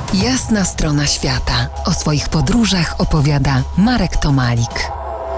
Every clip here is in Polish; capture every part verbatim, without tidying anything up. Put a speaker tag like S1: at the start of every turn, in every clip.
S1: Jasna strona świata. O swoich podróżach opowiada Marek Tomalik.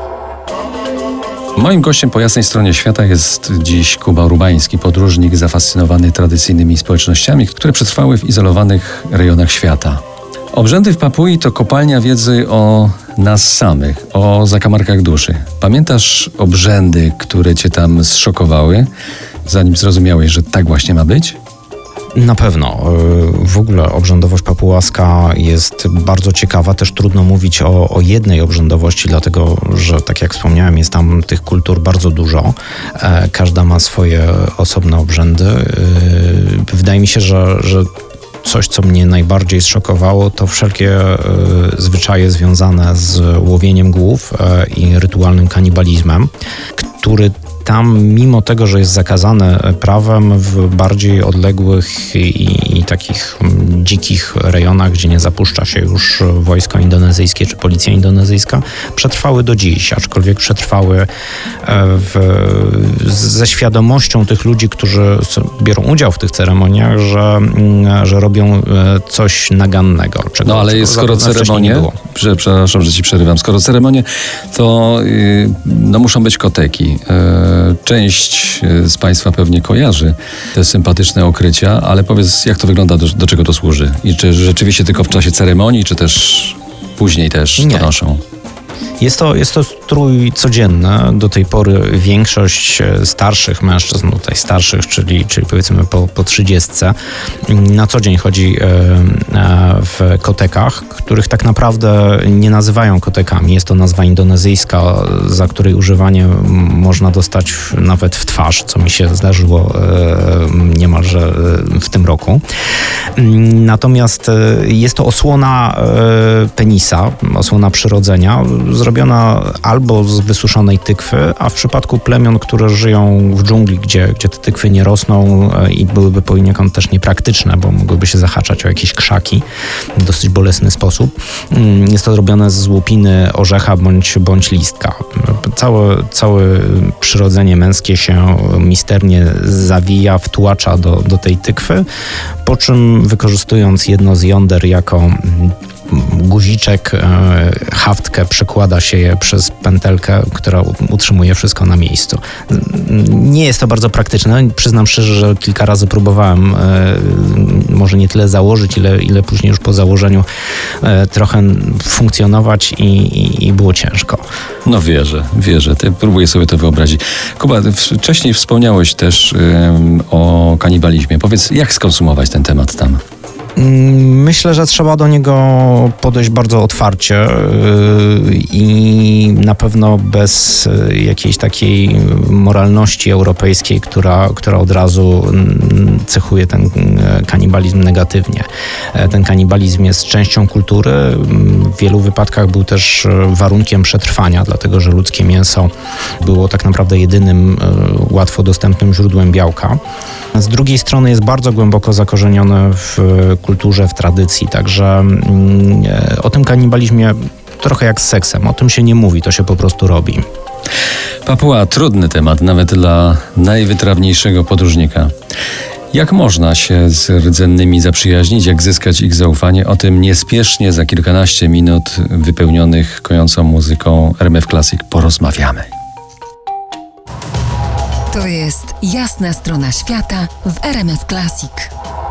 S2: Moim gościem po jasnej stronie świata jest dziś Kuba Rubański, podróżnik zafascynowany tradycyjnymi społecznościami, które przetrwały w izolowanych rejonach świata. Obrzędy w Papui to kopalnia wiedzy o nas samych, o zakamarkach duszy. Pamiętasz obrzędy, które cię tam zszokowały, zanim zrozumiałeś, że tak właśnie ma być?
S3: Na pewno. W ogóle obrzędowość papułaska jest bardzo ciekawa. Też trudno mówić o, o jednej obrzędowości, dlatego że, tak jak wspomniałem, jest tam tych kultur bardzo dużo. Każda ma swoje osobne obrzędy. Wydaje mi się, że, że coś, co mnie najbardziej zszokowało, to wszelkie zwyczaje związane z łowieniem głów i rytualnym kanibalizmem, który tam, mimo tego, że jest zakazane prawem, w bardziej odległych i, i takich dzikich rejonach, gdzie nie zapuszcza się już wojsko indonezyjskie czy policja indonezyjska, przetrwały do dziś, aczkolwiek przetrwały w, ze świadomością tych ludzi, którzy biorą udział w tych ceremoniach, że, że robią coś nagannego. Czego,
S2: no ale jest, skoro ceremonie, przepraszam, że ci przerywam, skoro ceremonie, to yy, no muszą być koteki. Yy, Część z Państwa pewnie kojarzy te sympatyczne okrycia, ale powiedz, jak to wygląda, do, do czego to służy? I czy rzeczywiście tylko w czasie ceremonii, czy też później też to noszą?
S3: Jest to, jest to strój codzienny. Do tej pory większość starszych mężczyzn, tutaj starszych, czyli, czyli powiedzmy po, po trzydziestce, na co dzień chodzi w kotekach, których tak naprawdę nie nazywają kotekami. Jest to nazwa indonezyjska, za której używanie można dostać nawet w twarz, co mi się zdarzyło niemalże w tym roku. Natomiast jest to osłona penisa, osłona przyrodzenia, zrobiona albo z wysuszonej tykwy, a w przypadku plemion, które żyją w dżungli, gdzie, gdzie te tykwy nie rosną i byłyby poniekąd też niepraktyczne, bo mogłyby się zahaczać o jakieś krzaki w dosyć bolesny sposób. Jest to robione z łupiny orzecha bądź, bądź listka. Całe, całe przyrodzenie męskie się misternie zawija, wtłacza do, do tej tykwy, po czym wykorzystując jedno z jąder jako guziczek, haftkę, przekłada się je przez pętelkę, która utrzymuje wszystko na miejscu. Nie jest to bardzo praktyczne. Przyznam szczerze, że kilka razy próbowałem może nie tyle założyć, ile, ile później już po założeniu trochę funkcjonować i, i, i było ciężko.
S2: No wierzę, wierzę. Ty próbuję sobie to wyobrazić. Kuba, wcześniej wspomniałeś też um, o kanibalizmie. Powiedz, jak skonsumować ten temat tam?
S3: Myślę, że trzeba do niego podejść bardzo otwarcie i na pewno bez jakiejś takiej moralności europejskiej, która, która od razu cechuje ten kanibalizm negatywnie. Ten kanibalizm jest częścią kultury. W wielu wypadkach był też warunkiem przetrwania, dlatego że ludzkie mięso było tak naprawdę jedynym łatwo dostępnym źródłem białka. Z drugiej strony jest bardzo głęboko zakorzenione w kulturze, w tradycji, także o tym kanibalizmie trochę jak z seksem, o tym się nie mówi, to się po prostu robi.
S2: Papua, trudny temat, nawet dla najwytrawniejszego podróżnika. Jak można się z rdzennymi zaprzyjaźnić, jak zyskać ich zaufanie? O tym niespiesznie za kilkanaście minut wypełnionych kojącą muzyką R M F Classic porozmawiamy.
S1: To jest Jasna strona świata w R M F Classic.